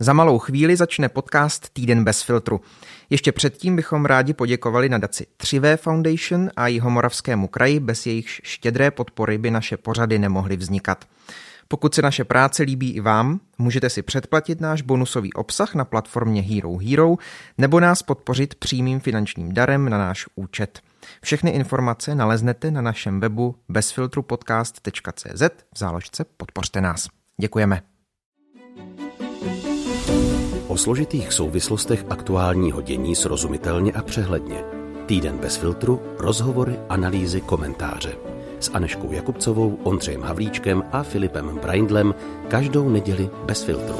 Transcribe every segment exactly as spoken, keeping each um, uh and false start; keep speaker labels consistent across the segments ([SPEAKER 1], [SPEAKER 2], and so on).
[SPEAKER 1] Za malou chvíli začne podcast Týden bez filtru. Ještě předtím bychom rádi poděkovali nadaci tři vé Foundation a Jihomoravskému kraji, bez jejichž štědré podpory by naše pořady nemohly vznikat. Pokud se naše práce líbí i vám, můžete si předplatit náš bonusový obsah na platformě Hero Hero nebo nás podpořit přímým finančním darem na náš účet. Všechny informace naleznete na našem webu bezfiltrupodcast tečka cé zet v záložce Podpořte nás. Děkujeme.
[SPEAKER 2] O složitých souvislostech aktuálního dění srozumitelně a přehledně. Týden bez filtru, rozhovory, analýzy, komentáře. S Anežkou Jakubcovou, Ondřejem Havlíčkem a Filipem Braindlem každou neděli bez filtru.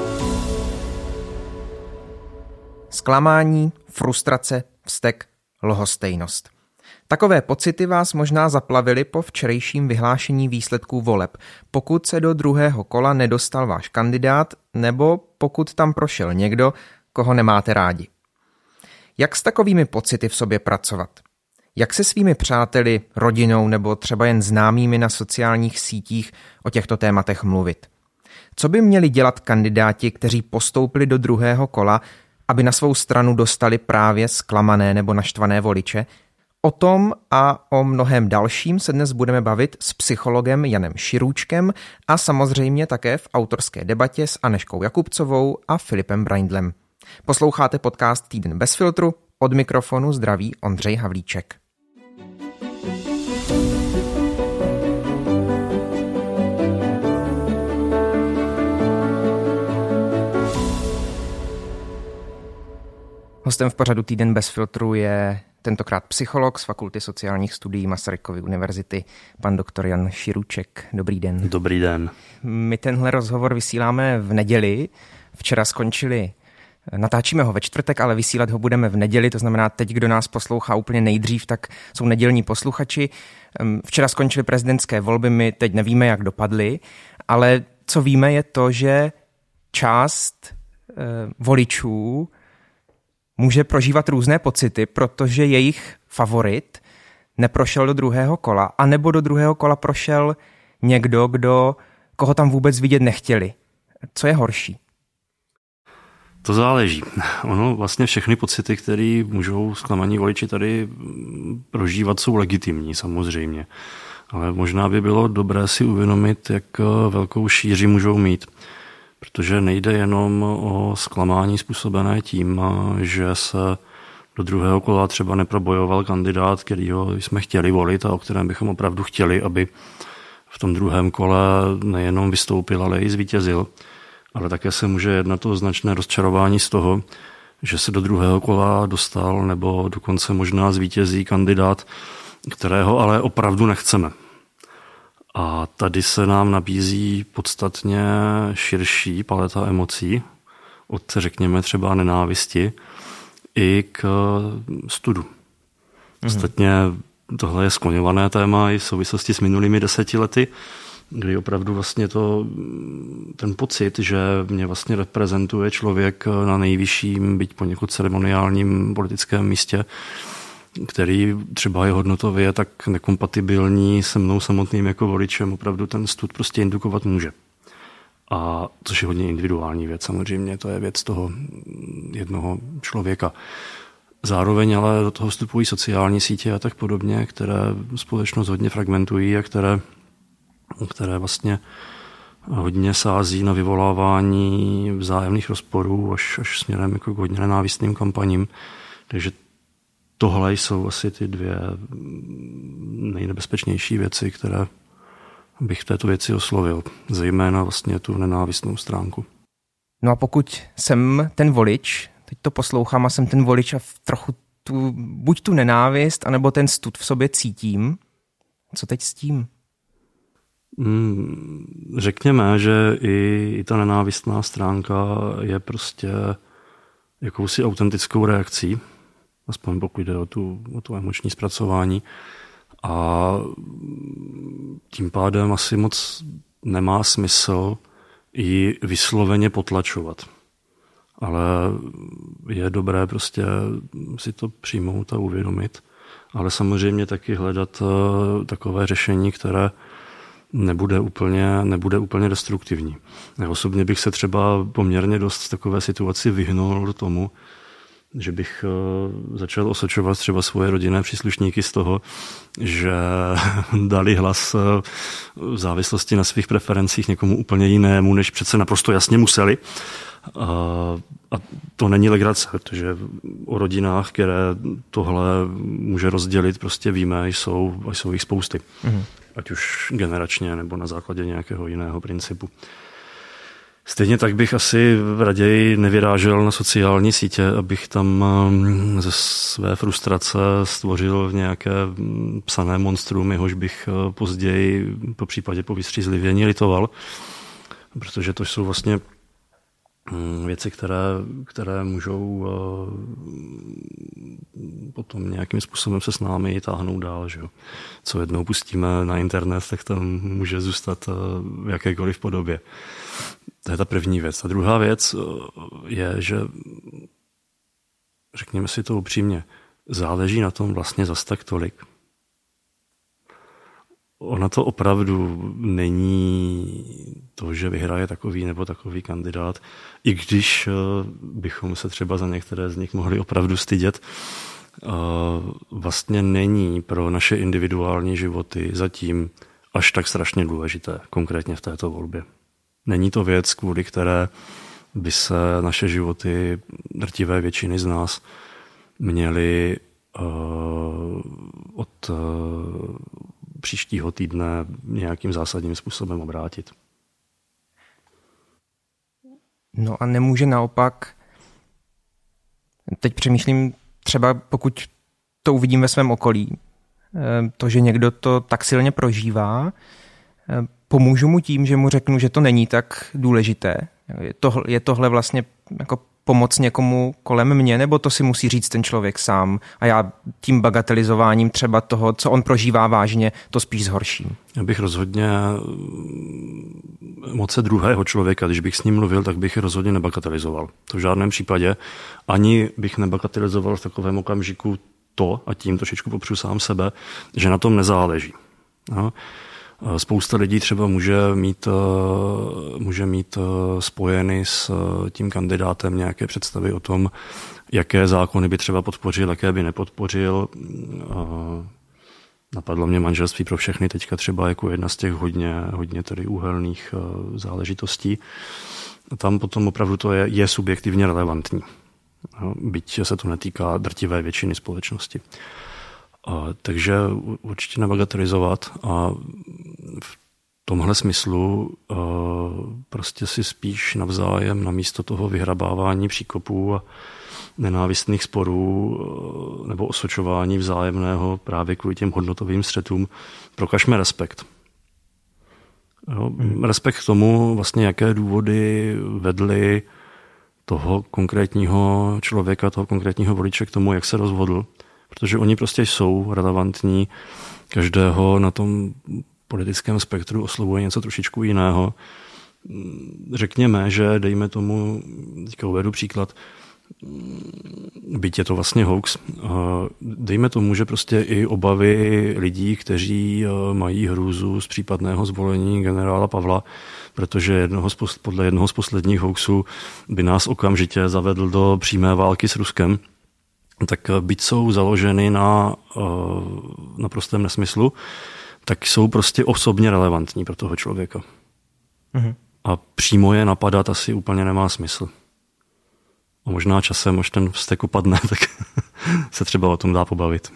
[SPEAKER 1] Zklamání, frustrace, vztek, lhostejnost. Takové pocity vás možná zaplavily po včerejším vyhlášení výsledků voleb, pokud se do druhého kola nedostal váš kandidát nebo pokud tam prošel někdo, koho nemáte rádi. Jak s takovými pocity v sobě pracovat? Jak se svými přáteli, rodinou nebo třeba jen známými na sociálních sítích o těchto tématech mluvit? Co by měli dělat kandidáti, kteří postoupili do druhého kola, aby na svou stranu dostali právě zklamané nebo naštvané voliče? O tom a o mnohem dalším se dnes budeme bavit s psychologem Janem Širůčkem a samozřejmě také v autorské debatě s Anežkou Jakubcovou a Filipem Braindlem. Posloucháte podcast Týden bez filtru, od mikrofonu zdraví Ondřej Havlíček. Hostem v pořadu Týden bez filtru je tentokrát psycholog z Fakulty sociálních studií Masarykovy univerzity, pan doktor Jan Širůček. Dobrý den.
[SPEAKER 3] Dobrý den.
[SPEAKER 1] My tenhle rozhovor vysíláme v neděli. Včera skončili, natáčíme ho ve čtvrtek, ale vysílat ho budeme v neděli, to znamená teď, kdo nás poslouchá úplně nejdřív, tak jsou nedělní posluchači. Včera skončily prezidentské volby, my teď nevíme, jak dopadly, ale co víme je to, že část eh, voličů může prožívat různé pocity, protože jejich favorit neprošel do druhého kola, anebo do druhého kola prošel někdo, kdo, koho tam vůbec vidět nechtěli. Co je horší?
[SPEAKER 3] To záleží. Ono vlastně všechny pocity, které můžou zklamaní voliči tady prožívat, jsou legitimní samozřejmě. Ale možná by bylo dobré si uvědomit, jak velkou šíři můžou mít. Protože nejde jenom o zklamání způsobené tím, že se do druhého kola třeba neprobojoval kandidát, kterýho jsme chtěli volit a o kterém bychom opravdu chtěli, aby v tom druhém kole nejenom vystoupil, ale i zvítězil. Ale také se může jednat o značné rozčarování z toho, že se do druhého kola dostal nebo dokonce možná zvítězí kandidát, kterého ale opravdu nechceme. A tady se nám nabízí podstatně širší paleta emocí, od řekněme třeba nenávisti i k studu. Ostatně tohle je skloňované téma i v souvislosti s minulými deseti lety, kdy opravdu vlastně to, ten pocit, že mě vlastně reprezentuje člověk na nejvyšším, byť poněkud ceremoniálním politickém místě, který třeba je hodnotově tak nekompatibilní se mnou samotným jako voličem, opravdu ten stud prostě indukovat může. A což je hodně individuální věc, samozřejmě, to je věc toho jednoho člověka. Zároveň ale do toho vstupují sociální sítě a tak podobně, které společnost hodně fragmentují a které, které vlastně hodně sází na vyvolávání vzájemných rozporů až, až směrem jako k hodně nenávistným kampaním. Takže tohle jsou asi ty dvě nejnebezpečnější věci, které bych v této věci oslovil. Zejména vlastně tu nenávistnou stránku.
[SPEAKER 1] No a pokud jsem ten volič, teď to poslouchám a jsem ten volič a trochu tu, buď tu nenávist, anebo ten stud v sobě cítím, co teď s tím?
[SPEAKER 3] Hmm, řekněme, že i, i ta nenávistná stránka je prostě jakousi autentickou reakcí, aspoň pokud jde o tu, o tu emoční zpracování. A tím pádem asi moc nemá smysl ji vysloveně potlačovat. Ale je dobré prostě si to přijmout a uvědomit. Ale samozřejmě taky hledat takové řešení, které nebude úplně, nebude úplně destruktivní. Já osobně bych se třeba poměrně dost v takové situaci vyhnul tomu, že bych začal osočovat třeba svoje rodinné příslušníky z toho, že dali hlas v závislosti na svých preferencích někomu úplně jinému, než přece naprosto jasně museli. A to není legrace, protože o rodinách, které tohle může rozdělit, prostě víme, jsou, jsou jich spousty. Mm. Ať už generačně, nebo na základě nějakého jiného principu. Stejně tak bych asi raději nevyrážel na sociální sítě, abych tam ze své frustrace stvořil nějaké psané monstrum, jehož bych později po případě po vystřízlivění litoval, protože to jsou vlastně věci, které, které můžou potom nějakým způsobem se s námi táhnout dál. Že jo. Co jednou pustíme na internet, tak tam může zůstat v jakékoliv podobě. To je ta první věc. A druhá věc je, že řekněme si to upřímně, záleží na tom vlastně zas tak tolik. Ona to opravdu není to, že vyhraje takový nebo takový kandidát, i když bychom se třeba za některé z nich mohli opravdu stydět, vlastně není pro naše individuální životy zatím až tak strašně důležité, konkrétně v této volbě. Není to věc, kvůli které by se naše životy, drtivé většiny z nás, měly uh, od uh, příštího týdne nějakým zásadním způsobem obrátit.
[SPEAKER 1] No a nemůže naopak, teď přemýšlím třeba pokud to uvidím ve svém okolí, to, že někdo to tak silně prožívá, pomůžu mu tím, že mu řeknu, že to není tak důležité. Je, to, je tohle vlastně jako pomoc někomu kolem mě, nebo to si musí říct ten člověk sám a já tím bagatelizováním třeba toho, co on prožívá vážně, to spíš zhorším.
[SPEAKER 3] Já bych rozhodně emoce druhého člověka, když bych s ním mluvil, tak bych je rozhodně nebagatelizoval. To v žádném případě. Ani bych nebagatelizoval v takovém okamžiku to, a tím trošičku popřu sám sebe, že na tom nezáleží. No. Spousta lidí třeba může mít, může mít spojeny s tím kandidátem nějaké představy o tom, jaké zákony by třeba podpořil, jaké by nepodpořil. Napadlo mě manželství pro všechny teďka třeba jako jedna z těch hodně, hodně tedy úhelných záležitostí. Tam potom opravdu to je, je subjektivně relevantní. Byť se to netýká drtivé většiny společnosti. A, takže určitě nebagatelizovat a v tomhle smyslu a, prostě si spíš navzájem namísto toho vyhrabávání příkopů a nenávistných sporů a, nebo osočování vzájemného právě kvůli těm hodnotovým střetům prokažme respekt. Jo, hmm. Respekt k tomu, vlastně jaké důvody vedly toho konkrétního člověka, toho konkrétního voliče k tomu, jak se rozhodl. Protože oni prostě jsou relevantní, každého na tom politickém spektru oslovuje něco trošičku jiného. Řekněme, že dejme tomu, teďka uvedu příklad, byť je to vlastně hoax, dejme tomu, že prostě i obavy lidí, kteří mají hrůzu z případného zvolení generála Pavla, protože jednoho z, podle jednoho z posledních hoaxů by nás okamžitě zavedl do přímé války s Ruskem, tak byť jsou založeny na naprostém nesmyslu, tak jsou prostě osobně relevantní pro toho člověka. Mhm. A přímo je napadat asi úplně nemá smysl. A možná časem, až ten vztek upadne, tak se třeba o tom dá pobavit.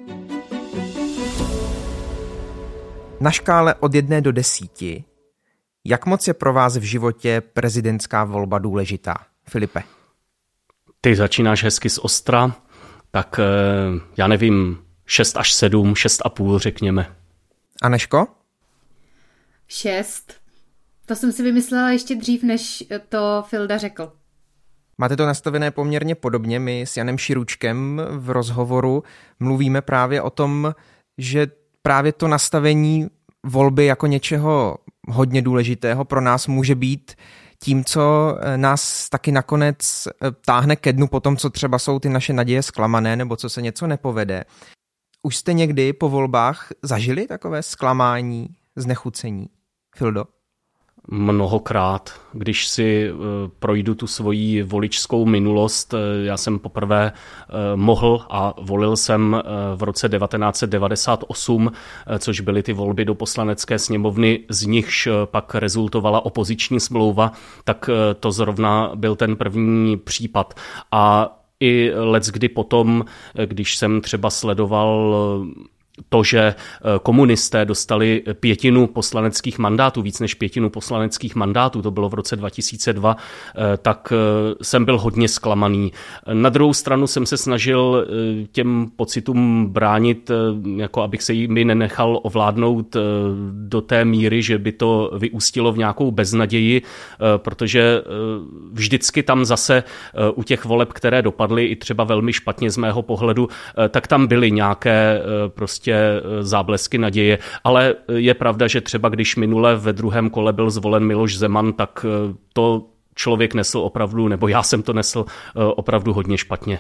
[SPEAKER 1] Na škále od jedné do desíti, jak moc je pro vás v životě prezidentská volba důležitá? Filipe.
[SPEAKER 4] Ty začínáš hezky z ostra, tak já nevím, šest až sedm, šest a půl řekněme.
[SPEAKER 1] Anežko?
[SPEAKER 5] Šest. To jsem si vymyslela ještě dřív, než to Filda řekl.
[SPEAKER 1] Máte to nastavené poměrně podobně. My s Janem Širučkem v rozhovoru mluvíme právě o tom, že právě to nastavení volby jako něčeho hodně důležitého pro nás může být tím, co nás taky nakonec táhne ke dnu po tom, co třeba jsou ty naše naděje zklamané nebo co se něco nepovede. Už jste někdy po volbách zažili takové zklamání znechucení? Fildo?
[SPEAKER 4] Mnohokrát, když si projdu tu svoji voličskou minulost. Já jsem poprvé mohl a volil jsem v roce devatenáct set devadesát osm, což byly ty volby do poslanecké sněmovny, z nichž pak rezultovala opoziční smlouva, tak to zrovna byl ten první případ. A i leckdy potom, když jsem třeba sledoval to, že komunisté dostali pětinu poslaneckých mandátů, víc než pětinu poslaneckých mandátů, to bylo v roce dva tisíce dva, tak jsem byl hodně zklamaný. Na druhou stranu jsem se snažil těm pocitům bránit, jako abych se jimi nenechal ovládnout do té míry, že by to vyústilo v nějakou beznaději, protože vždycky tam zase u těch voleb, které dopadly i třeba velmi špatně z mého pohledu, tak tam byly nějaké prostě záblesky naděje, ale je pravda, že třeba když minule ve druhém kole byl zvolen Miloš Zeman, tak to člověk nesl opravdu, nebo já jsem to nesl opravdu hodně špatně.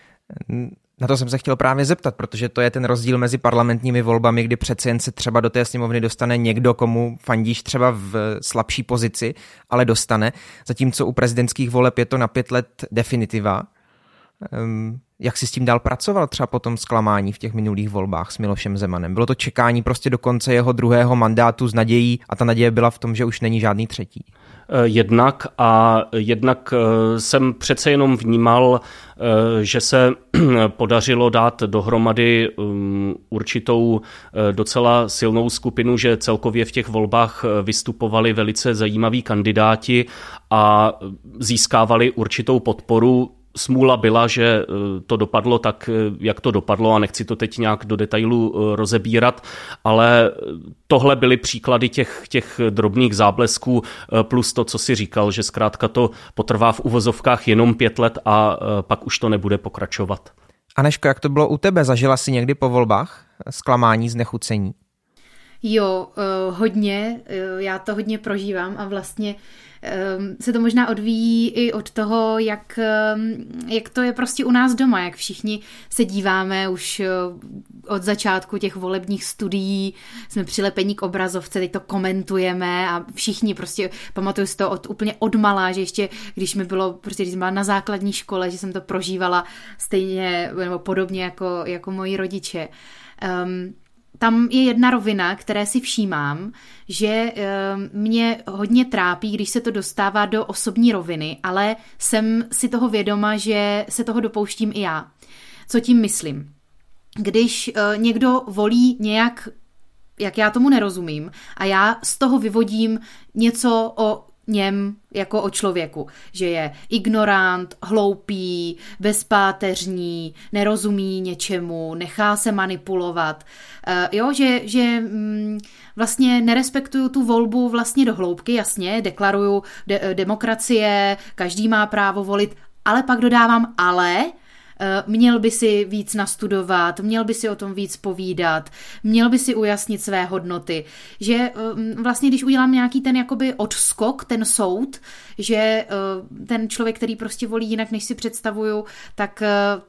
[SPEAKER 1] Na to jsem se chtěl právě zeptat, protože to je ten rozdíl mezi parlamentními volbami, kdy přece jen se třeba do té sněmovny dostane někdo, komu fandíš třeba v slabší pozici, ale dostane, zatímco u prezidentských voleb je to na pět let definitiva. Um, jak jsi s tím dál pracoval třeba po tom zklamání v těch minulých volbách s Milošem Zemanem? Bylo to čekání prostě do konce jeho druhého mandátu s nadějí a ta naděje byla v tom, že už není žádný třetí?
[SPEAKER 4] Jednak a jednak jsem přece jenom vnímal, že se podařilo dát dohromady určitou docela silnou skupinu, že celkově v těch volbách vystupovali velice zajímaví kandidáti a získávali určitou podporu. Smůla byla, že to dopadlo tak, jak to dopadlo a nechci to teď nějak do detailu rozebírat, ale tohle byly příklady těch, těch drobných záblesků plus to, co si říkal, že zkrátka to potrvá v uvozovkách jenom pět let a pak už to nebude pokračovat.
[SPEAKER 1] Aneško, jak to bylo u tebe? Zažila jsi někdy po volbách zklamání, znechucení?
[SPEAKER 5] Jo, hodně, já to hodně prožívám a vlastně se to možná odvíjí i od toho, jak, jak to je prostě u nás doma, jak všichni se díváme už od začátku těch volebních studií, jsme přilepení k obrazovce, teď to komentujeme a všichni prostě, pamatuju si to od, úplně odmalá, že ještě když mi bylo, prostě když jsem byla na základní škole, že jsem to prožívala stejně nebo podobně jako, jako moji rodiče. Um, Tam je jedna rovina, které si všímám, že mě hodně trápí, když se to dostává do osobní roviny, ale jsem si toho vědoma, že se toho dopouštím i já. Co tím myslím? Když někdo volí nějak, jak já tomu nerozumím, a já z toho vyvodím něco o něm jako o člověku, že je ignorant, hloupý, bezpáteřní, nerozumí něčemu, nechá se manipulovat, uh, jo, že, že mm, vlastně nerespektuju tu volbu vlastně do hloubky, jasně, deklaruju de- demokracie, každý má právo volit, ale pak dodávám ale, měl by si víc nastudovat, měl by si o tom víc povídat, měl by si ujasnit své hodnoty, že vlastně když udělám nějaký ten jakoby odskok, ten soud, že ten člověk, který prostě volí jinak, než si představuju, tak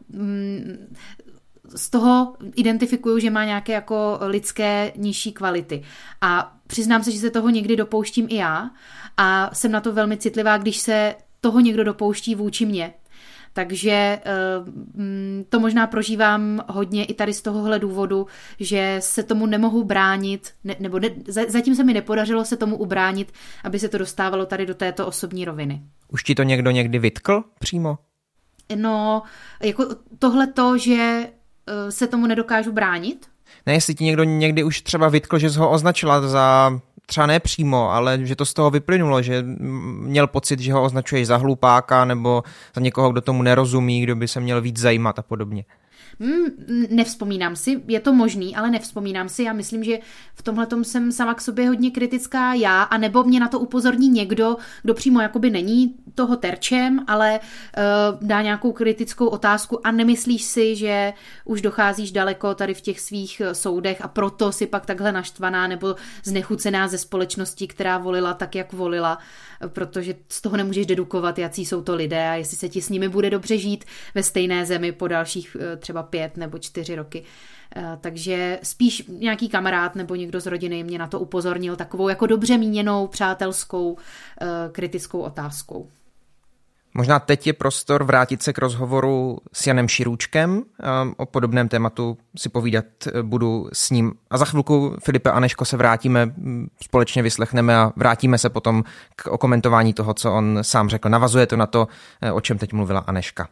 [SPEAKER 5] z toho identifikuju, že má nějaké jako lidské nižší kvality. A přiznám se, že se toho někdy dopouštím i já a jsem na to velmi citlivá, když se toho někdo dopouští vůči mně. Takže to možná prožívám hodně i tady z tohohle důvodu, že se tomu nemohu bránit, ne, nebo ne, zatím se mi nepodařilo se tomu ubránit, aby se to dostávalo tady do této osobní roviny.
[SPEAKER 1] Už ti to někdo někdy vytkl přímo?
[SPEAKER 5] No, jako tohleto, že se tomu nedokážu bránit.
[SPEAKER 1] Ne, jestli ti někdo někdy už třeba vytkl, že jsi ho označila za... třeba ne přímo, ale že to z toho vyplynulo, že měl pocit, že ho označuješ za hlupáka nebo za někoho, kdo tomu nerozumí, kdo by se měl víc zajímat a podobně.
[SPEAKER 5] Hmm, nevzpomínám si, je to možný, ale nevzpomínám si. Já myslím, že v tomhletom jsem sama k sobě hodně kritická já, anebo mě na to upozorní někdo, kdo přímo jakoby není toho terčem, ale uh, dá nějakou kritickou otázku a nemyslíš si, že už docházíš daleko tady v těch svých soudech a proto si pak takhle naštvaná nebo znechucená ze společnosti, která volila tak, jak volila. protože z toho nemůžeš dedukovat, jaký jsou to lidé a jestli se ti s nimi bude dobře žít ve stejné zemi po dalších třeba pět nebo čtyři roky. Takže spíš nějaký kamarád nebo někdo z rodiny mě na to upozornil takovou jako dobře míněnou, přátelskou, kritickou otázkou.
[SPEAKER 1] Možná teď je prostor vrátit se k rozhovoru s Janem Širůčkem. O podobném tématu si povídat budu s ním. A za chvilku, Filipe, Anežko, se vrátíme, společně vyslechneme a vrátíme se potom k okomentování toho, co on sám řekl. Navazuje to na to, o čem teď mluvila Anežka.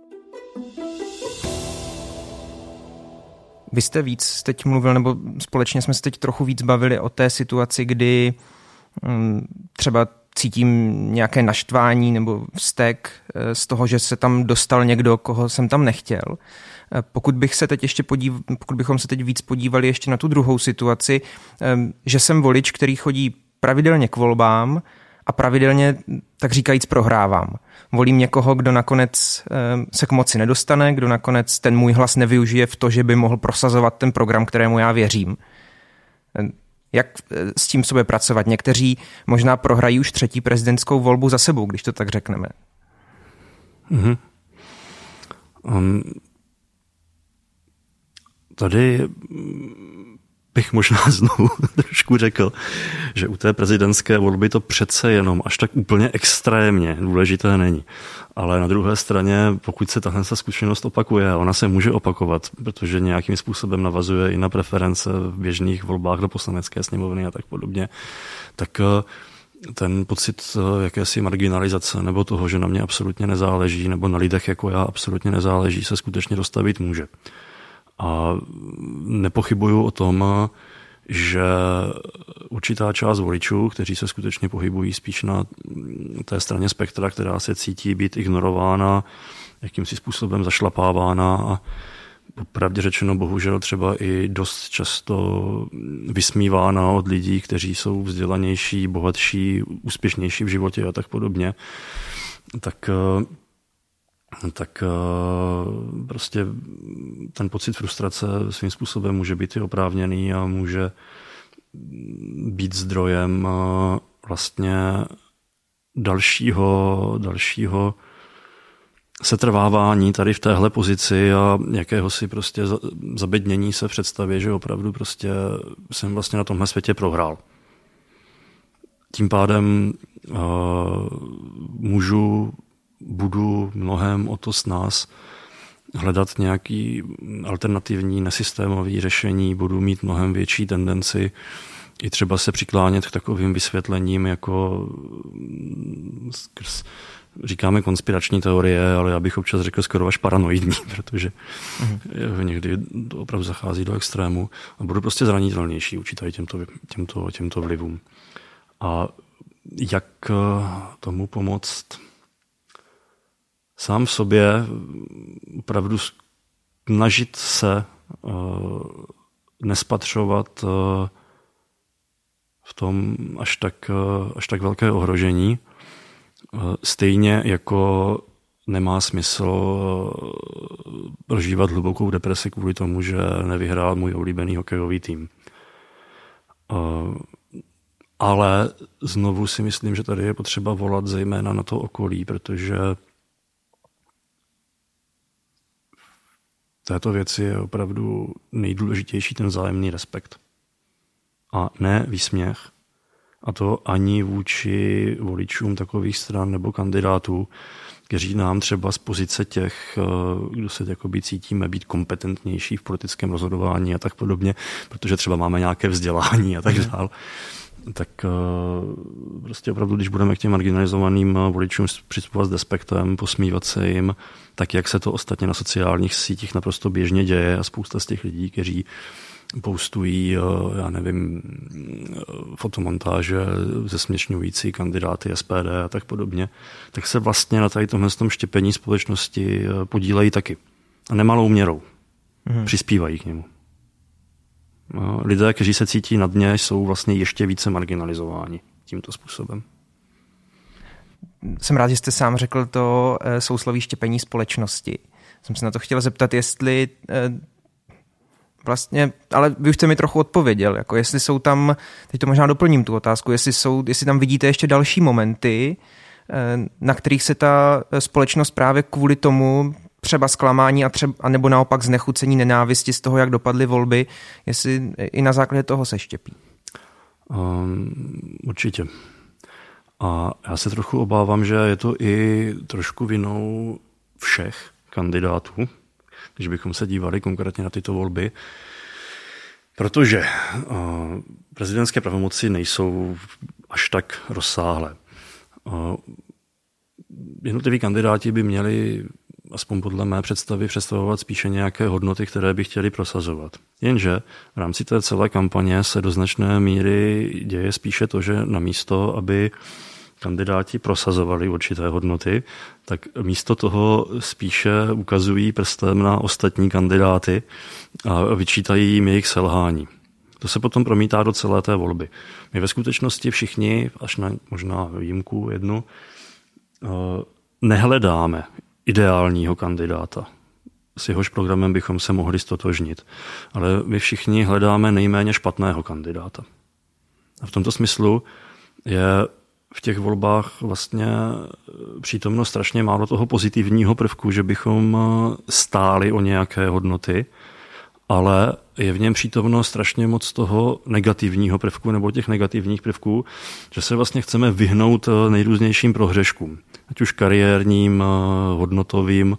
[SPEAKER 1] Vy jste víc teď mluvil, nebo společně jsme se teď trochu víc bavili o té situaci, kdy třeba cítím nějaké naštvání nebo vztek z toho, že se tam dostal někdo, koho jsem tam nechtěl. Pokud bych se teď ještě podív, pokud bychom se teď víc podívali ještě na tu druhou situaci, že jsem volič, který chodí pravidelně k volbám a pravidelně, tak říkajíc, prohrávám. Volím někoho, kdo nakonec se k moci nedostane, kdo nakonec ten můj hlas nevyužije v to, že by mohl prosazovat ten program, kterému já věřím. Jak s tím sobě pracovat? Někteří možná prohrají už třetí prezidentskou volbu za sebou, když to tak řekneme.
[SPEAKER 3] Mm-hmm. Um, tady bych možná znovu trošku řekl, že u té prezidentské volby to přece jenom až tak úplně extrémně důležité není. Ale na druhé straně, pokud se tahle zkušenost opakuje, ona se může opakovat, protože nějakým způsobem navazuje i na preference v běžných volbách do poslanecké sněmovny a tak podobně, tak ten pocit jakési marginalizace nebo toho, že na mě absolutně nezáleží, nebo na lidech jako já absolutně nezáleží, se skutečně dostavit může. A nepochybuju o tom, že určitá část voličů, kteří se skutečně pohybují spíš na té straně spektra, která se cítí být ignorována, jakýmsi způsobem zašlapávána a popravdě řečeno bohužel třeba i dost často vysmívána od lidí, kteří jsou vzdělanější, bohatší, úspěšnější v životě a tak podobně, tak tak prostě ten pocit frustrace svým způsobem může být i oprávněný a může být zdrojem vlastně dalšího, dalšího setrvávání tady v téhle pozici a jakéhosi prostě zabednění se v představě, že opravdu prostě jsem vlastně na tomhle světě prohrál. Tím pádem uh, můžu budu mnohem o to s nás hledat nějaký alternativní, nesystémový řešení, budu mít mnohem větší tendenci i třeba se přiklánět k takovým vysvětlením, jako skrz, říkáme konspirační teorie, ale já bych občas řekl skoro až paranoidní, protože uh-huh. někdy to opravdu zachází do extrému a budu prostě zranitelnější vůči těmto, těmto, těmto vlivům. A jak tomu pomoct? Sám v sobě opravdu snažit se uh, nespatřovat uh, v tom až tak, uh, až tak velké ohrožení. Uh, stejně jako nemá smysl uh, prožívat hlubokou depresi kvůli tomu, že nevyhrál můj oblíbený hokejový tým. Uh, ale znovu si myslím, že tady je potřeba volat zejména na to okolí, protože v této věci je opravdu nejdůležitější ten vzájemný respekt. A ne výsměch. A to ani vůči voličům takových stran nebo kandidátů, kteří nám třeba z pozice těch, kdo se jakoby cítíme být kompetentnější v politickém rozhodování a tak podobně, protože třeba máme nějaké vzdělání a tak dále. Tak prostě opravdu, když budeme k těm marginalizovaným voličům přistupovat s respektem, posmívat se jim, tak jak se to ostatně na sociálních sítích naprosto běžně děje a spousta z těch lidí, kteří postují, já nevím, fotomontáže zesměšňující kandidáty S P D a tak podobně, tak se vlastně na tady tomhle tom štěpení společnosti podílejí taky. A nemalou měrou. Mhm. Přispívají k němu. Lidé, kteří se cítí na dně, jsou vlastně ještě více marginalizováni tímto způsobem.
[SPEAKER 1] Jsem rád, že jste sám řekl to sousloví štěpení společnosti. Jsem se na to chtěl zeptat, jestli vlastně, ale vy už jste mi trochu odpověděl, jako jestli jsou tam, teď to možná doplním tu otázku, jestli, jsou, jestli tam vidíte ještě další momenty, na kterých se ta společnost právě kvůli tomu třeba zklamání a, třeba, a nebo naopak znechucení nenávisti z toho, jak dopadly volby, jestli i na základě toho se štěpí.
[SPEAKER 3] Um, určitě. A já se trochu obávám, že je to i trošku vinou všech kandidátů, když bychom se dívali konkrétně na tyto volby, protože uh, prezidentské pravomoci nejsou až tak rozsáhlé. Uh, jednotliví kandidáti by měli, aspoň podle mé představy, představovat spíše nějaké hodnoty, které by chtěli prosazovat. Jenže v rámci té celé kampaně se do značné míry děje spíše to, že namísto, aby kandidáti prosazovali určité hodnoty, tak místo toho spíše ukazují prstem na ostatní kandidáty a vyčítají jim jejich selhání. To se potom promítá do celé té volby. My ve skutečnosti všichni, až na možná výjimku jednu, nehledáme ideálního kandidáta. S jehož programem bychom se mohli stotožnit. Ale my všichni hledáme nejméně špatného kandidáta. A v tomto smyslu je v těch volbách vlastně přítomno strašně málo toho pozitivního prvku, že bychom stáli o nějaké hodnoty, ale je v něm přítomno strašně moc toho negativního prvku nebo těch negativních prvků, že se vlastně chceme vyhnout nejrůznějším prohřeškům. Ať už kariérním, hodnotovým,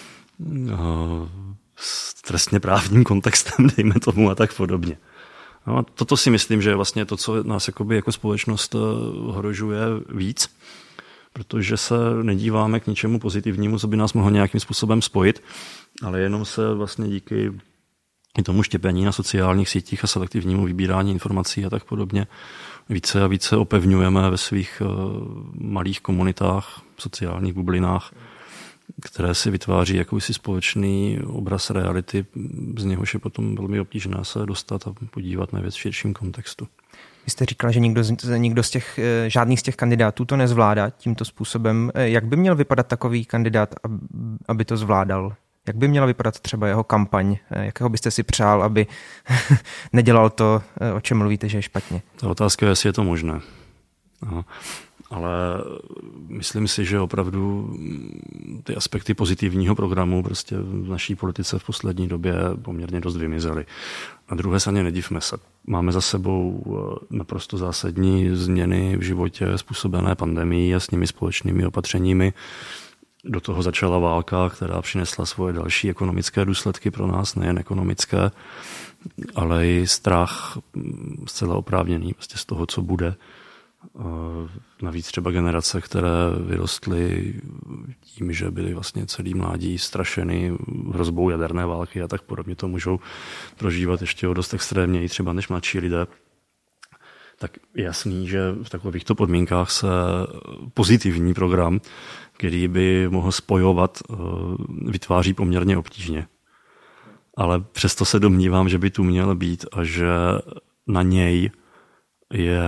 [SPEAKER 3] s trestně právním kontextem, dejme tomu a tak podobně. No a toto si myslím, že je vlastně to, co nás jakoby jako společnost ohrožuje víc, protože se nedíváme k ničemu pozitivnímu, co by nás mohlo nějakým způsobem spojit, ale jenom se vlastně díky i tomu štěpení na sociálních sítích a selektivnímu vybírání informací a tak podobně více a více opevňujeme ve svých malých komunitách, sociálních bublinách, které si vytváří jakýsi společný obraz reality, z něhož je potom velmi obtížné se dostat a podívat na věc v širším kontextu.
[SPEAKER 1] Vy jste říkal, že nikdo z, nikdo z těch, žádný z těch kandidátů to nezvládá tímto způsobem. Jak by měl vypadat takový kandidát, aby to zvládal? Jak by měla vypadat třeba jeho kampaň? Jakého byste si přál, aby nedělal to, o čem mluvíte, že je špatně?
[SPEAKER 3] Ta otázka je, jestli je to možné. Aha. Ale myslím si, že opravdu ty aspekty pozitivního programu prostě v naší politice v poslední době poměrně dost vymizely. Na druhé straně nedivme se. Máme za sebou naprosto zásadní změny v životě způsobené pandemií a s nimi společnými opatřeními. Do toho začala válka, která přinesla svoje další ekonomické důsledky pro nás, nejen ekonomické, ale i strach zcela oprávněný prostě z toho, co bude. Navíc třeba generace, které vyrostly tím, že byly vlastně celý mládí strašeny hrozbou jaderné války a tak podobně, to můžou prožívat ještě o dost extrémněji třeba než mladší lidé. Tak je jasný, že v takovýchto podmínkách se pozitivní program, který by mohl spojovat, vytváří poměrně obtížně. Ale přesto se domnívám, že by tu měl být a že na něj je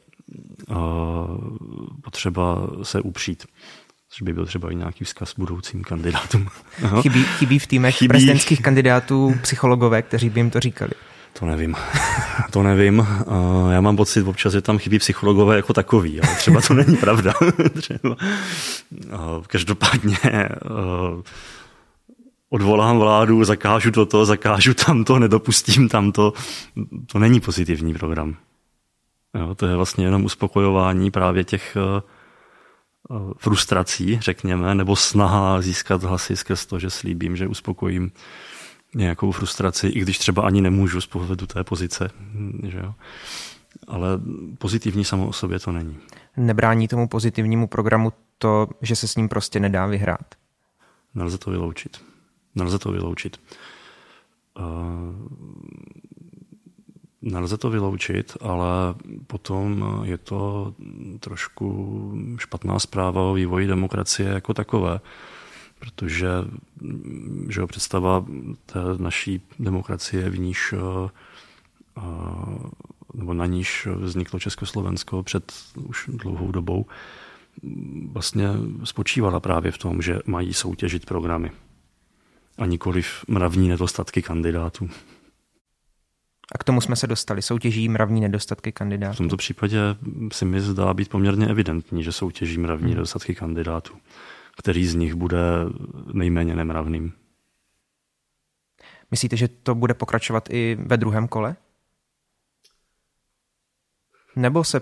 [SPEAKER 3] potřeba se upřít. Což by byl třeba i nějaký vzkaz budoucím kandidátům.
[SPEAKER 1] Chybí, chybí v týmech chybí... prezidentských kandidátů psychologové, kteří by jim to říkali?
[SPEAKER 3] To nevím. To nevím. Já mám pocit občas, že tam chybí psychologové jako takový, ale třeba to není pravda. Třeba. Každopádně odvolám vládu, zakážu toto, zakážu tamto, nedopustím tamto. To není pozitivní program. Jo, to je vlastně jenom uspokojování právě těch uh, frustrací, řekněme, nebo snaha získat hlasy skrz to, že slíbím, že uspokojím nějakou frustraci, i když třeba ani nemůžu z pohledu té pozice. Že jo? Ale pozitivní samo o sobě to není.
[SPEAKER 1] Nebrání tomu pozitivnímu programu to, že se s ním prostě nedá vyhrát?
[SPEAKER 3] Nelze to vyloučit. Nelze to vyloučit. Uh, Nelze to vyloučit, ale potom je to trošku špatná zpráva o vývoji demokracie jako takové, protože že představa té naší demokracie, v níž, nebo na níž vzniklo Československo před už dlouhou dobou, vlastně spočívala právě v tom, že mají soutěžit programy a nikoliv mravní nedostatky kandidátů.
[SPEAKER 1] A k tomu jsme se dostali. Soutěží mravní nedostatky kandidátů.
[SPEAKER 3] V tomto případě si mi zdá být poměrně evidentní, že soutěží mravní hmm. nedostatky kandidátů. Který z nich bude nejméně nemravným.
[SPEAKER 1] Myslíte, že to bude pokračovat i ve druhém kole? Nebo se...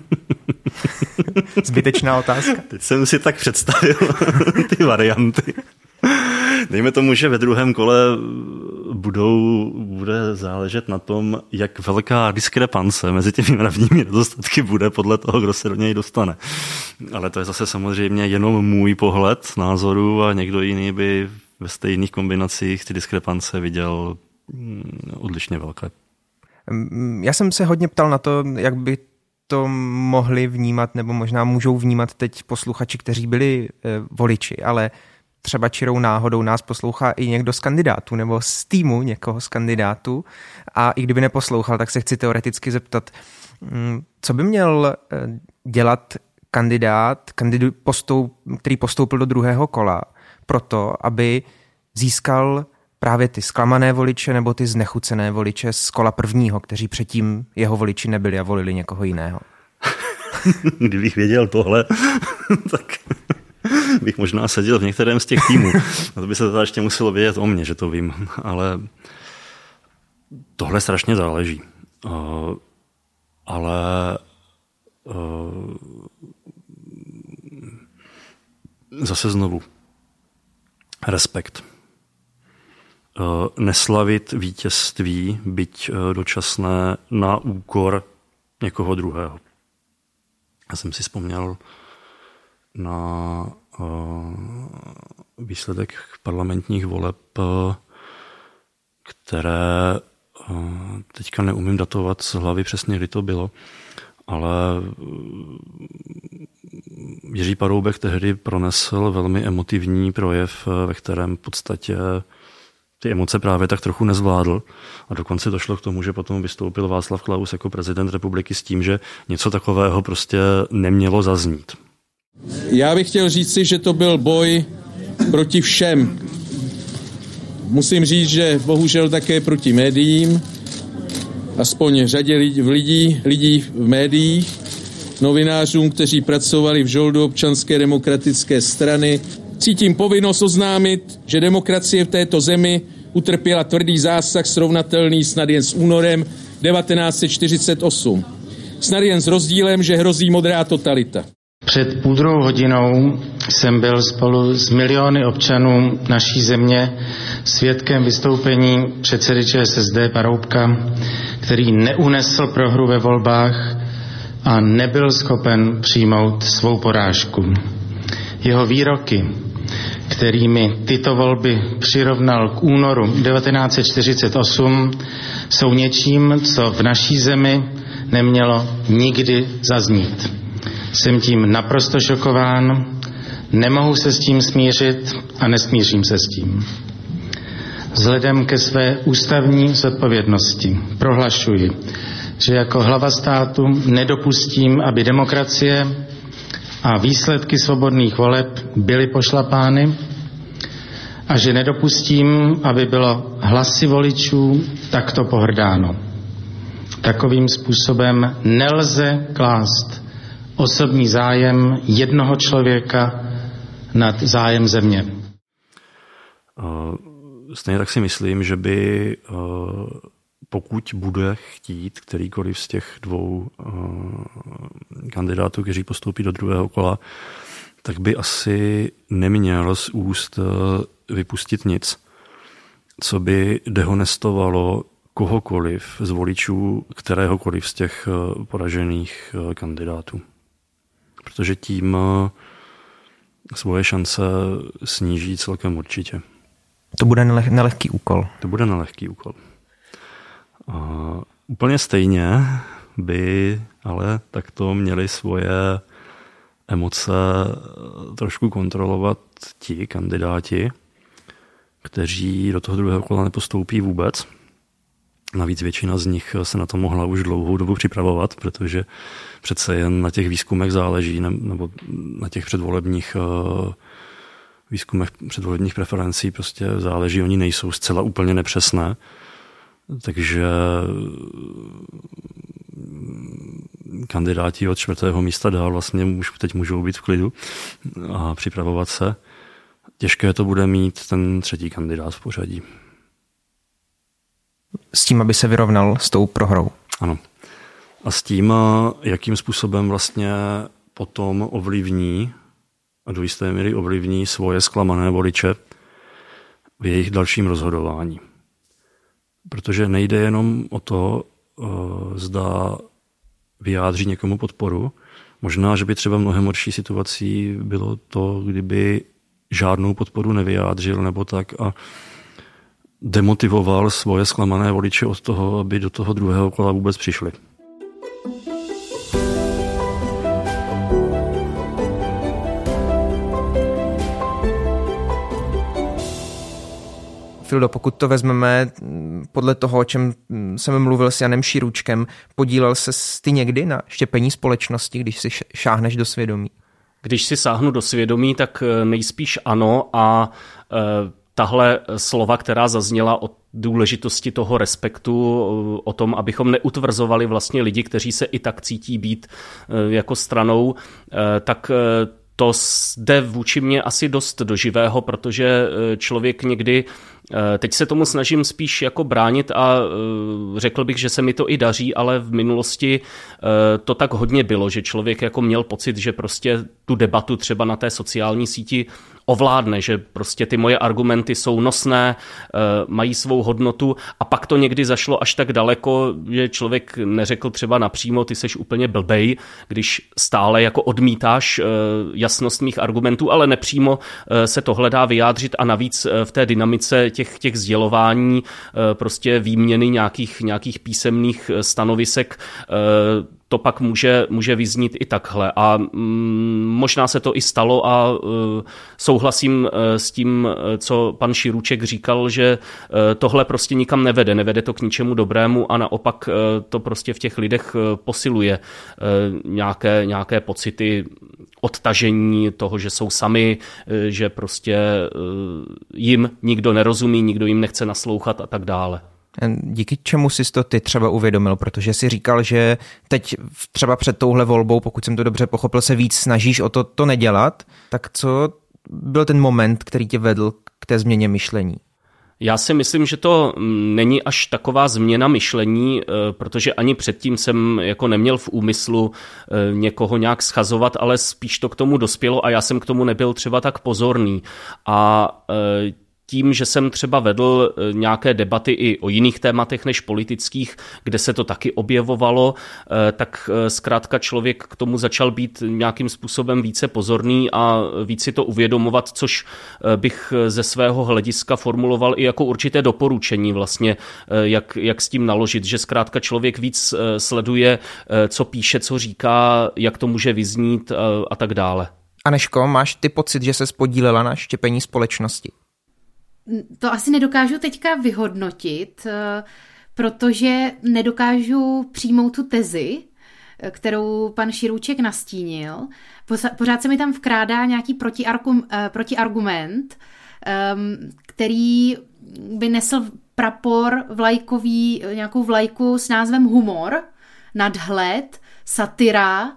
[SPEAKER 1] Zbytečná otázka.
[SPEAKER 3] Teď jsem si tak představil ty varianty. Dejme tomu, že ve druhém kole budou, bude záležet na tom, jak velká diskrepance mezi těmi mravními nedostatky bude podle toho, kdo se do něj dostane. Ale to je zase samozřejmě jenom můj pohled názoru a někdo jiný by ve stejných kombinacích ty diskrepance viděl odlišně velké.
[SPEAKER 1] Já jsem se hodně ptal na to, jak by to mohli vnímat, nebo možná můžou vnímat teď posluchači, kteří byli voliči, ale třeba čirou náhodou nás poslouchá i někdo z kandidátů nebo z týmu někoho z kandidátů a i kdyby neposlouchal, tak se chci teoreticky zeptat, co by měl dělat kandidát, kandidu, postoup, který postoupil do druhého kola proto, aby získal právě ty zklamané voliče nebo ty znechucené voliče z kola prvního, kteří předtím jeho voliči nebyli a volili někoho jiného.
[SPEAKER 3] Kdybych věděl tohle, tak bych možná seděl v některém z těch týmů. A to by se to ještě muselo vědět o mně, že to vím. Ale tohle strašně záleží. Uh, ale uh, zase znovu. Respekt. Uh, neslavit vítězství, byť uh, dočasné, na úkor někoho druhého. Já jsem si vzpomněl na uh, výsledek parlamentních voleb, uh, které uh, teďka neumím datovat z hlavy přesně, kdy to bylo, ale uh, Jiří Paroubek tehdy pronesl velmi emotivní projev, uh, ve kterém v podstatě ty emoce právě tak trochu nezvládl a dokonce došlo k tomu, že potom vystoupil Václav Klaus jako prezident republiky s tím, že něco takového prostě nemělo zaznít.
[SPEAKER 6] Já bych chtěl říci, že to byl boj proti všem. Musím říct, že bohužel také proti médiím, aspoň řadě lidí, lidí v médiích, novinářům, kteří pracovali v žoldu Občanské demokratické strany. Cítím povinnost oznámit, že demokracie v této zemi utrpěla tvrdý zásah srovnatelný snad jen s únorem devatenáct set čtyřicet osm. Snad jen s rozdílem, že hrozí modrá totalita.
[SPEAKER 7] Před půl druhou hodinou jsem byl spolu s miliony občanů naší země svědkem vystoupení předsedy ČSSD Paroubka, který neunesl prohru ve volbách a nebyl schopen přijmout svou porážku. Jeho výroky, kterými tyto volby přirovnal k únoru devatenáct set čtyřicet osm, jsou něčím, co v naší zemi nemělo nikdy zaznít. Jsem tím naprosto šokován, nemohu se s tím smířit a nesmířím se s tím. Vzhledem ke své ústavní zodpovědnosti prohlašuji, že jako hlava státu nedopustím, aby demokracie a výsledky svobodných voleb byly pošlapány a že nedopustím, aby bylo hlasy voličů takto pohrdáno. Takovým způsobem nelze klást osobní zájem jednoho člověka nad zájem země.
[SPEAKER 3] Stejně tak si myslím, že by pokud bude chtít kterýkoliv z těch dvou kandidátů, kteří postoupí do druhého kola, tak by asi neměl z úst vypustit nic, co by dehonestovalo kohokoliv z voličů kteréhokoliv z těch poražených kandidátů. Protože tím svoje šance sníží celkem určitě.
[SPEAKER 1] To bude neleh- nelehký úkol.
[SPEAKER 3] To bude nelehký úkol. Uh, úplně stejně by ale takto měli svoje emoce trošku kontrolovat ti kandidáti, kteří do toho druhého kola nepostoupí vůbec. Navíc většina z nich se na to mohla už dlouhou dobu připravovat, protože přece jen na těch výzkumech záleží, nebo na těch předvolebních výzkumech předvolebních preferencí prostě záleží, oni nejsou zcela úplně nepřesné. Takže kandidáti od čtvrtého místa dál vlastně už teď můžou být v klidu a připravovat se. Těžké to bude mít ten třetí kandidát v pořadí.
[SPEAKER 1] S tím, aby se vyrovnal s tou prohrou.
[SPEAKER 3] Ano. A s tím, jakým způsobem vlastně potom ovlivní a do jisté míry ovlivní svoje zklamané voliče v jejich dalším rozhodování. Protože nejde jenom o to, zda vyjádří někomu podporu. Možná, že by třeba v mnohem horší situací bylo to, kdyby žádnou podporu nevyjádřil nebo tak a demotivoval svoje zklamané voliče od toho, aby do toho druhého kola vůbec přišli.
[SPEAKER 1] Fildo, pokud to vezmeme podle toho, o čem jsem mluvil s Janem Širůčkem, podílel se ty někdy na štěpení společnosti, když si šáhneš do svědomí?
[SPEAKER 4] Když si sáhnu do svědomí, tak nejspíš ano a e, tahle slova, která zazněla o důležitosti toho respektu, o tom, abychom neutvrzovali vlastně lidi, kteří se i tak cítí být e, jako stranou, e, tak e, to jde vůči mě asi dost do živého, protože člověk někdy, teď se tomu snažím spíš jako bránit a řekl bych, že se mi to i daří, ale v minulosti to tak hodně bylo, že člověk jako měl pocit, že prostě tu debatu třeba na té sociální síti ovládne, že prostě ty moje argumenty jsou nosné, mají svou hodnotu a pak to někdy zašlo až tak daleko, že člověk neřekl třeba napřímo, ty seš úplně blbej, když stále jako odmítáš jasnost mých argumentů, ale nepřímo se to hledá vyjádřit a navíc v té dynamice těch, těch sdělování, prostě výměny nějakých, nějakých písemných stanovisek, to pak může, může vyznít i takhle. A mm, možná se to i stalo a uh, souhlasím uh, s tím, co pan Širůček říkal, že uh, tohle prostě nikam nevede. Nevede to k ničemu dobrému a naopak uh, to prostě v těch lidech uh, posiluje uh, nějaké, nějaké pocity odtažení toho, že jsou sami, uh, že prostě uh, jim nikdo nerozumí, nikdo jim nechce naslouchat a tak dále.
[SPEAKER 1] Díky čemu jsi to ty třeba uvědomil? Protože jsi říkal, že teď třeba před touhle volbou, pokud jsem to dobře pochopil, se víc snažíš o to, to nedělat. Tak co byl ten moment, který tě vedl k té změně myšlení?
[SPEAKER 4] Já si myslím, že to není až taková změna myšlení, protože ani předtím jsem jako neměl v úmyslu někoho nějak schazovat, ale spíš to k tomu dospělo a já jsem k tomu nebyl třeba tak pozorný. A tím, že jsem třeba vedl nějaké debaty i o jiných tématech než politických, kde se to taky objevovalo, tak zkrátka člověk k tomu začal být nějakým způsobem více pozorný a víc si to uvědomovat, což bych ze svého hlediska formuloval i jako určité doporučení vlastně, jak, jak s tím naložit, že zkrátka člověk víc sleduje, co píše, co říká, jak to může vyznít a tak dále.
[SPEAKER 1] Aneško, máš ty pocit, že ses podílela na štěpení společnosti?
[SPEAKER 5] To asi nedokážu teďka vyhodnotit, protože nedokážu přijmout tu tezi, kterou pan Širůček nastínil. Pořád se mi tam vkrádá nějaký protiargument, který by nesl prapor vlajkový, nějakou vlajku s názvem humor, nadhled, satira,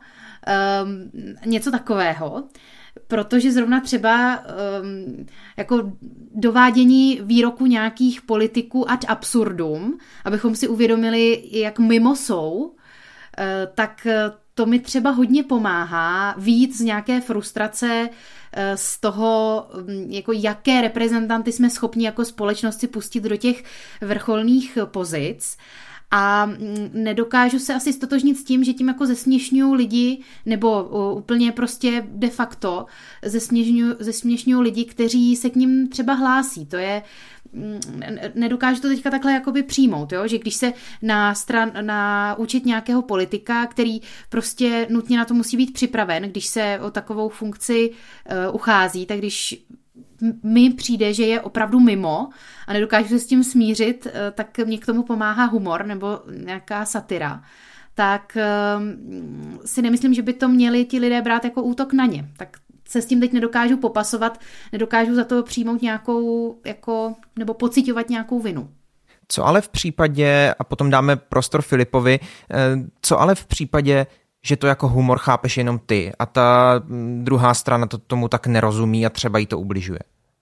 [SPEAKER 5] něco takového. Protože zrovna třeba um, jako dovádění výroku nějakých politiků ad absurdum, abychom si uvědomili, jak mimo jsou, uh, tak to mi třeba hodně pomáhá vyjít z nějaké frustrace uh, z toho, um, jako jaké reprezentanty jsme schopni jako společnost si pustit do těch vrcholných pozic. A nedokážu se asi stotožnit s tím, že tím jako zesměšňují lidi, nebo úplně prostě de facto zesměšňují lidi, kteří se k ním třeba hlásí. To je, nedokážu to teďka takhle jakoby přijmout, jo? Že když se na stran, na účet nějakého politika, který prostě nutně na to musí být připraven, když se o takovou funkci uh, uchází, tak když mi přijde, že je opravdu mimo a nedokážu se s tím smířit, tak mě k tomu pomáhá humor nebo nějaká satira. Tak si nemyslím, že by to měli ti lidé brát jako útok na ně. Tak se s tím teď nedokážu popasovat, nedokážu za to přijmout nějakou, jako, nebo pociťovat nějakou vinu.
[SPEAKER 1] Co ale v případě, a potom dáme prostor Filipovi, co ale v případě, že to jako humor chápeš jenom ty a ta druhá strana to tomu tak nerozumí a třeba jí to ubližuje?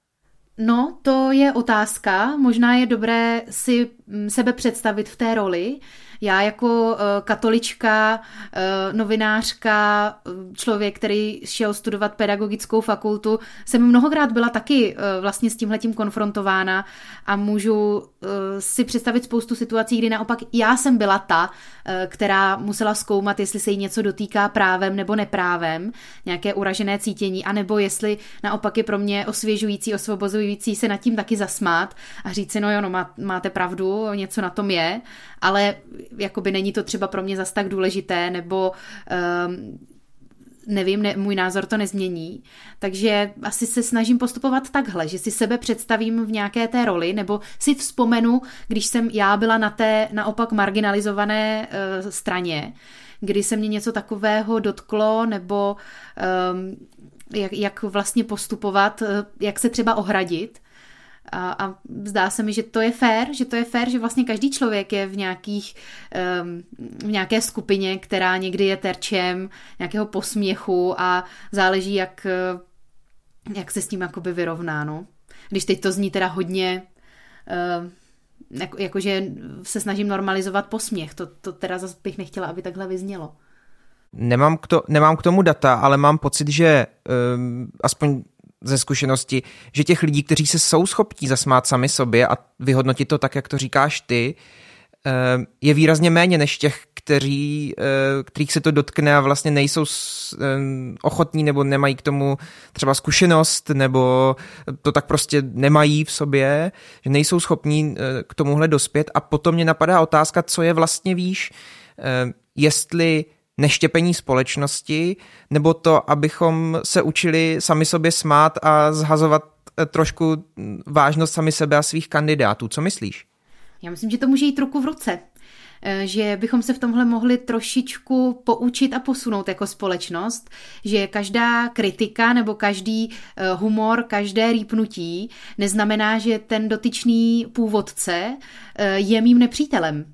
[SPEAKER 5] No, to je otázka. Možná je dobré si sebe představit v té roli. Já jako katolička, novinářka, člověk, který šel studovat pedagogickou fakultu, jsem mnohokrát byla taky vlastně s tímhletím konfrontována a můžu si představit spoustu situací, kdy naopak já jsem byla ta, která musela zkoumat, jestli se jí něco dotýká právem nebo neprávem, nějaké uražené cítění, anebo jestli naopak je pro mě osvěžující, osvobozující se nad tím taky zasmát a říct si, no jo, no má, máte pravdu, něco na tom je, ale jakoby není to třeba pro mě zas tak důležité, nebo um, nevím, ne, můj názor to nezmění. Takže asi se snažím postupovat takhle, že si sebe představím v nějaké té roli, nebo si vzpomenu, když jsem já byla na té naopak marginalizované uh, straně, kdy se mě něco takového dotklo, nebo um, jak, jak vlastně postupovat, uh, jak se třeba ohradit. A, a zdá se mi, že to je fér, že to je fér, že vlastně každý člověk je v nějakých, um, v nějaké skupině, která někdy je terčem nějakého posměchu a záleží, jak, jak se s tím jakoby vyrovná, no. Když teď to zní teda hodně, uh, jako, jakože se snažím normalizovat posměch, to, to teda zase bych nechtěla, aby takhle vyznělo.
[SPEAKER 1] Nemám k, to, nemám k tomu data, ale mám pocit, že um, aspoň ze zkušenosti, že těch lidí, kteří se jsou schopní zasmát sami sobě a vyhodnotit to tak, jak to říkáš ty, je výrazně méně než těch, kteří, kterých se to dotkne a vlastně nejsou ochotní nebo nemají k tomu třeba zkušenost nebo to tak prostě nemají v sobě, že nejsou schopní k tomuhle dospět. A potom mě napadá otázka, co je vlastně výš, jestli neštěpení společnosti, nebo to, abychom se učili sami sobě smát a zhazovat trošku vážnost sami sebe a svých kandidátů. Co myslíš?
[SPEAKER 5] Já myslím, že to může jít ruku v ruce. Že bychom se v tomhle mohli trošičku poučit a posunout jako společnost, že každá kritika nebo každý humor, každé rýpnutí neznamená, že ten dotyčný původce je mým nepřítelem.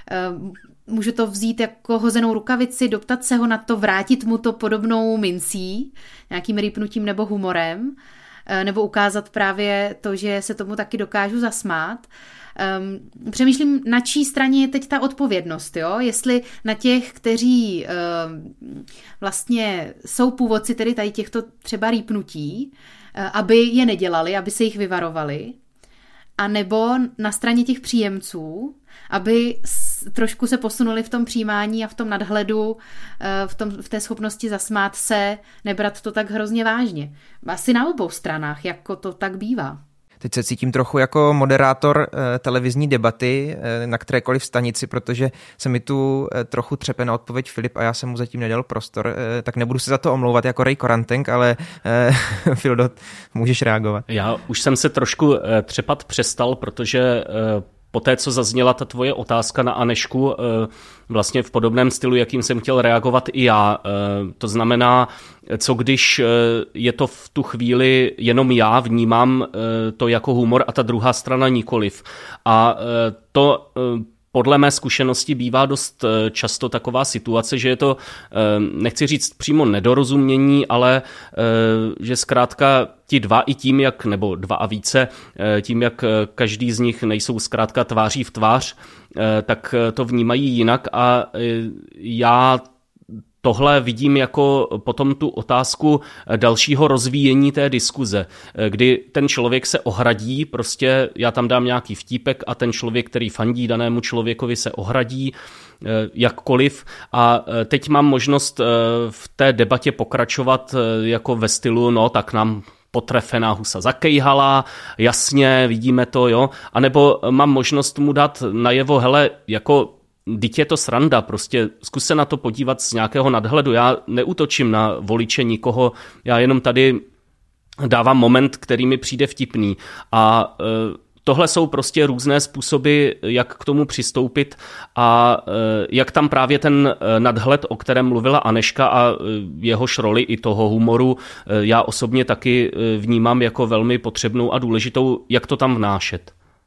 [SPEAKER 5] Můžu to vzít jako hozenou rukavici, doptat se ho na to, vrátit mu to podobnou mincí, nějakým rýpnutím nebo humorem, nebo ukázat právě to, že se tomu taky dokážu zasmát. Um, přemýšlím, na čí straně je teď ta odpovědnost, jo? Jestli na těch, kteří um, vlastně jsou původci tedy tady těchto třeba rýpnutí, uh, aby je nedělali, aby se jich vyvarovali, a nebo na straně těch příjemců, aby trošku se posunuli v tom přijímání a v tom nadhledu, v, tom, v té schopnosti zasmát se, nebrat to tak hrozně vážně. Asi na obou stranách, jako to tak bývá.
[SPEAKER 1] Teď se cítím trochu jako moderátor eh, televizní debaty eh, na kterékoliv stanici, protože se mi tu eh, trochu třepe na odpověď Filip a já jsem mu zatím nedal prostor, eh, tak nebudu se za to omlouvat jako Ray Koranteng, ale eh, Fildo, můžeš reagovat.
[SPEAKER 4] Já už jsem se trošku eh, třepat přestal, protože eh, po té, co zazněla ta tvoje otázka na Anešku, vlastně v podobném stylu, jakým jsem chtěl reagovat i já. To znamená, co když je to v tu chvíli jenom já, vnímám to jako humor a ta druhá strana nikoliv. A to podle mé zkušenosti bývá dost často taková situace, že je to, nechci říct přímo nedorozumění, ale že zkrátka ti dva i tím, jak, nebo dva a více, tím, jak každý z nich nejsou zkrátka tváří v tvář, tak to vnímají jinak a já tohle vidím jako potom tu otázku dalšího rozvíjení té diskuze, kdy ten člověk se ohradí, prostě já tam dám nějaký vtípek a ten člověk, který fandí danému člověkovi, se ohradí jakkoliv a teď mám možnost v té debatě pokračovat jako ve stylu, no tak nám potrefená husa zakejhala, jasně, vidíme to, jo, anebo mám možnost mu dát najevo, hele, jako vždyť je to sranda, prostě zkus se na to podívat z nějakého nadhledu. Já neútočím na voliče nikoho, já jenom tady dávám moment, který mi přijde vtipný. A e, tohle jsou prostě různé způsoby, jak k tomu přistoupit a e, jak tam právě ten nadhled, o kterém mluvila Aneška a e, jehož roli i toho humoru, e, já osobně taky vnímám jako velmi potřebnou a důležitou, jak to tam vnášet.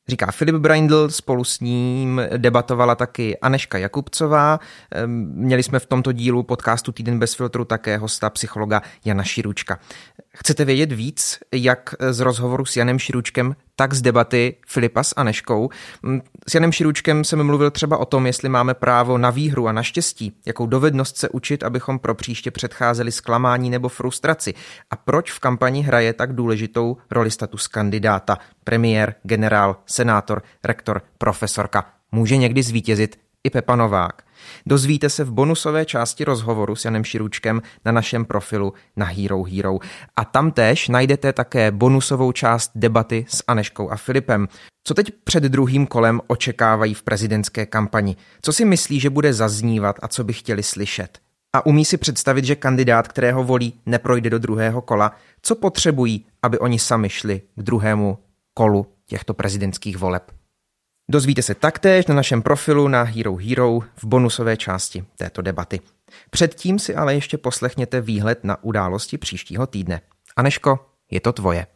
[SPEAKER 1] Říká Filip Braindl, spolu s ním debatovala taky Anežka Jakubcová. Měli jsme v tomto dílu podcastu Týden bez filtru také hosta psychologa Jana Širůčka. Chcete vědět víc, jak z rozhovoru s Janem Širůčkem, tak z debaty Filipa s Anežkou? S Janem Širůčkem jsem mluvil třeba o tom, jestli máme právo na výhru a na štěstí, jakou dovednost se učit, abychom pro příště předcházeli zklamání nebo frustraci a proč v kampani hraje tak důležitou roli status kandidáta, premiér, generál, senátor, rektor, profesorka. Může někdy zvítězit i Pepa Novák. Dozvíte se v bonusové části rozhovoru s Janem Širůčkem na našem profilu na Hero Hero. A tam též najdete také bonusovou část debaty s Anežkou a Filipem. Co teď před druhým kolem očekávají v prezidentské kampani? Co si myslí, že bude zaznívat a co by chtěli slyšet? A umí si představit, že kandidát, kterého volí, neprojde do druhého kola? Co potřebují, aby oni sami šli k druhému kolu těchto prezidentských voleb? Dozvíte se taktéž na našem profilu na Hero Hero v bonusové části této debaty. Předtím si ale ještě poslechněte výhled na události příštího týdne. Anežko, je to tvoje.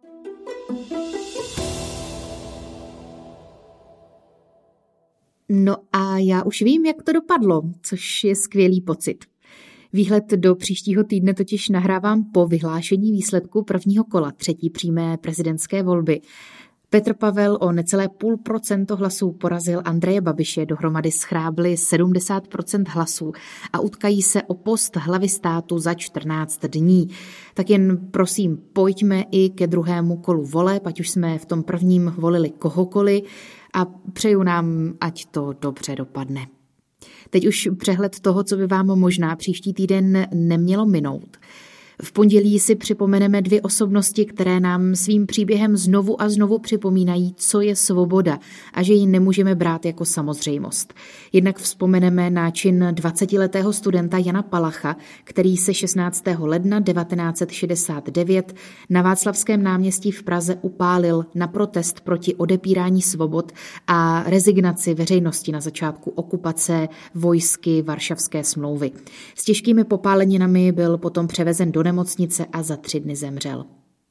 [SPEAKER 8] No a já už vím, jak to dopadlo, což je skvělý pocit. Výhled do příštího týdne totiž nahrávám po vyhlášení výsledku prvního kola třetí přímé prezidentské volby. Petr Pavel o necelé půl procento hlasů porazil Andreje Babiše, dohromady schrábli sedmdesát procent hlasů a utkají se o post hlavy státu za čtrnáct dní. Tak jen prosím, pojďme i ke druhému kolu voleb, ať už jsme v tom prvním volili kohokoliv a přeju nám, ať to dobře dopadne. Teď už přehled toho, co by vám možná příští týden nemělo minout. V pondělí si připomeneme dvě osobnosti, které nám svým příběhem znovu a znovu připomínají, co je svoboda a že ji nemůžeme brát jako samozřejmost. Jednak vzpomeneme na čin dvacetiletého studenta Jana Palacha, který se šestnáctého ledna devatenáct set šedesát devět na Václavském náměstí v Praze upálil na protest proti odepírání svobod a rezignaci veřejnosti na začátku okupace vojsky Varšavské smlouvy. S těžkými popáleninami byl potom převezen do nemocnice a za tři dny zemřel.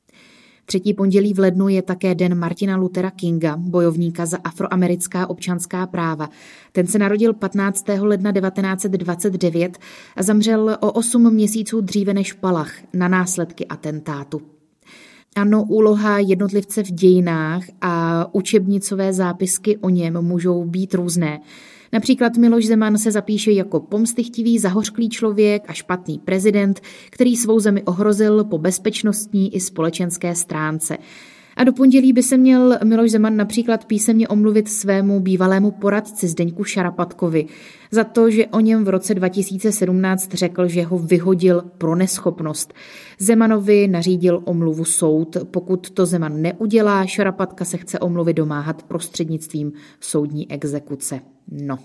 [SPEAKER 8] Třetí pondělí v lednu je také den Martina Luthera Kinga, bojovníka za afroamerická občanská práva. Ten se narodil patnáctého ledna devatenáct set dvacet devět a zemřel o osm měsíců dříve než Palach na následky atentátu. Ano, úloha jednotlivce v dějinách a učebnicové zápisky o něm můžou být různé. Například Miloš Zeman se zapíše jako pomstychtivý, zahořklý člověk a špatný prezident, který svou zemi ohrozil po bezpečnostní i společenské stránce. A do pondělí by se měl Miloš Zeman například písemně omluvit svému bývalému poradci Zdeňku Šarapatkovi za to, že o něm v roce dva tisíce sedmnáct řekl, že ho vyhodil pro neschopnost. Zemanovi nařídil omluvu soud. Pokud to Zeman neudělá, Šarapatka se chce omluvy domáhat prostřednictvím soudní exekuce. No.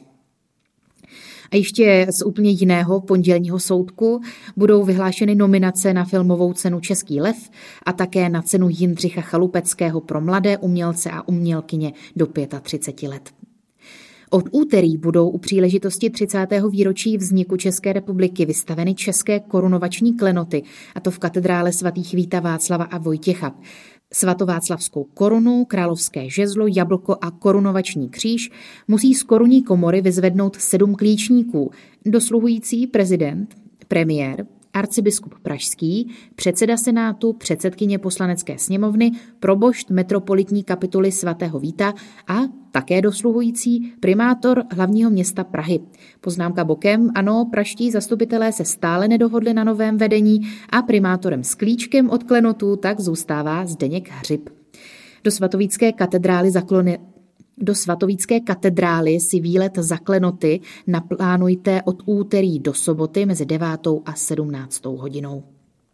[SPEAKER 8] A ještě z úplně jiného pondělního soudku budou vyhlášeny nominace na filmovou cenu Český lev a také na cenu Jindřicha Chalupeckého pro mladé umělce a umělkyně do třiceti pěti let. Od úterý budou u příležitosti třicátého výročí vzniku České republiky vystaveny české korunovační klenoty, a to v katedrále svatých Víta, Václava a Vojtěcha. Svatováclavskou korunu, královské žezlo, jablko a korunovační kříž musí z korunní komory vyzvednout sedm klíčníků, dosluhující prezident, premiér, arcibiskup pražský, předseda senátu, předsedkyně poslanecké sněmovny, probošt metropolitní kapituly svatého Víta a také dosluhující primátor hlavního města Prahy. Poznámka bokem, ano, pražští zastupitelé se stále nedohodli na novém vedení a primátorem s klíčkem od klenotů tak zůstává Zdeněk Hřib. Do svatovícké katedrály zaklony Do svatovícké katedrály si výlet za klenoty naplánujte od úterý do soboty mezi devátou a sedmnáctou hodinou.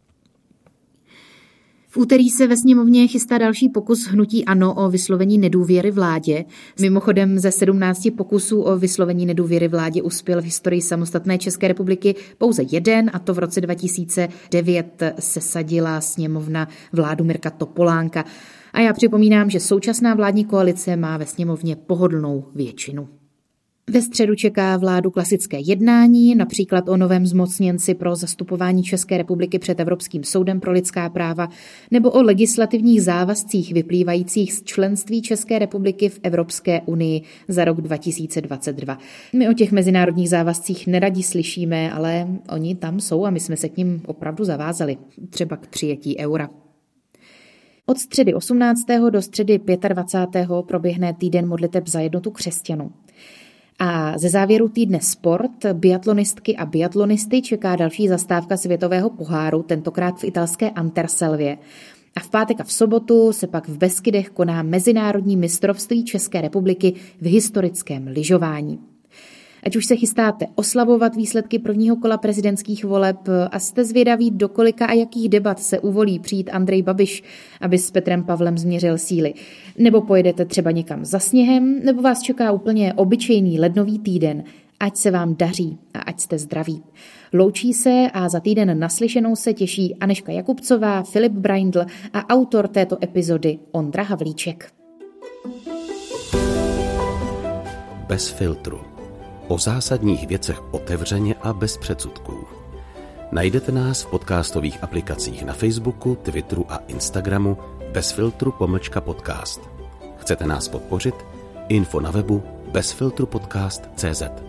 [SPEAKER 8] V úterý se ve sněmovně chystá další pokus hnutí ANO o vyslovení nedůvěry vládě. Mimochodem ze sedmnácti pokusů o vyslovení nedůvěry vládě uspěl v historii samostatné České republiky pouze jeden, a to v roce dva tisíce devět sesadila sněmovna vládu Mirka Topolánka. A já připomínám, že současná vládní koalice má ve sněmovně pohodlnou většinu. Ve středu čeká vládu klasické jednání, například o novém zmocněnci pro zastupování České republiky před Evropským soudem pro lidská práva nebo o legislativních závazcích vyplývajících z členství České republiky v Evropské unii za rok dva tisíce dvacet dva. My o těch mezinárodních závazcích neradi slyšíme, ale oni tam jsou a my jsme se k nim opravdu zavázali, třeba k přijetí eura. Od středy osmnáctého do středy dvacátého pátého proběhne týden modliteb za jednotu křesťanů. A ze závěru týdne sport, biatlonistky a biatlonisty čeká další zastávka světového poháru, tentokrát v italské Anterselvě. A v pátek a v sobotu se pak v Beskydech koná mezinárodní mistrovství České republiky v historickém lyžování. Ať už se chystáte oslavovat výsledky prvního kola prezidentských voleb a jste zvědaví, do kolika a jakých debat se uvolí přijít Andrej Babiš, aby s Petrem Pavlem změřil síly. Nebo pojedete třeba někam za sněhem, nebo vás čeká úplně obyčejný lednový týden. Ať se vám daří a ať jste zdraví. Loučí se a za týden naslyšenou se těší Anežka Jakubcová, Filip Braindl a autor této epizody Ondra Havlíček.
[SPEAKER 2] Bez filtru. O zásadních věcech otevřeně a bez předsudků. Najdete nás v podcastových aplikacích na Facebooku, Twitteru a Instagramu bez filtru pomlčka podcast. Chcete nás podpořit? Info na webu bezfiltrupodcast tečka cé zet.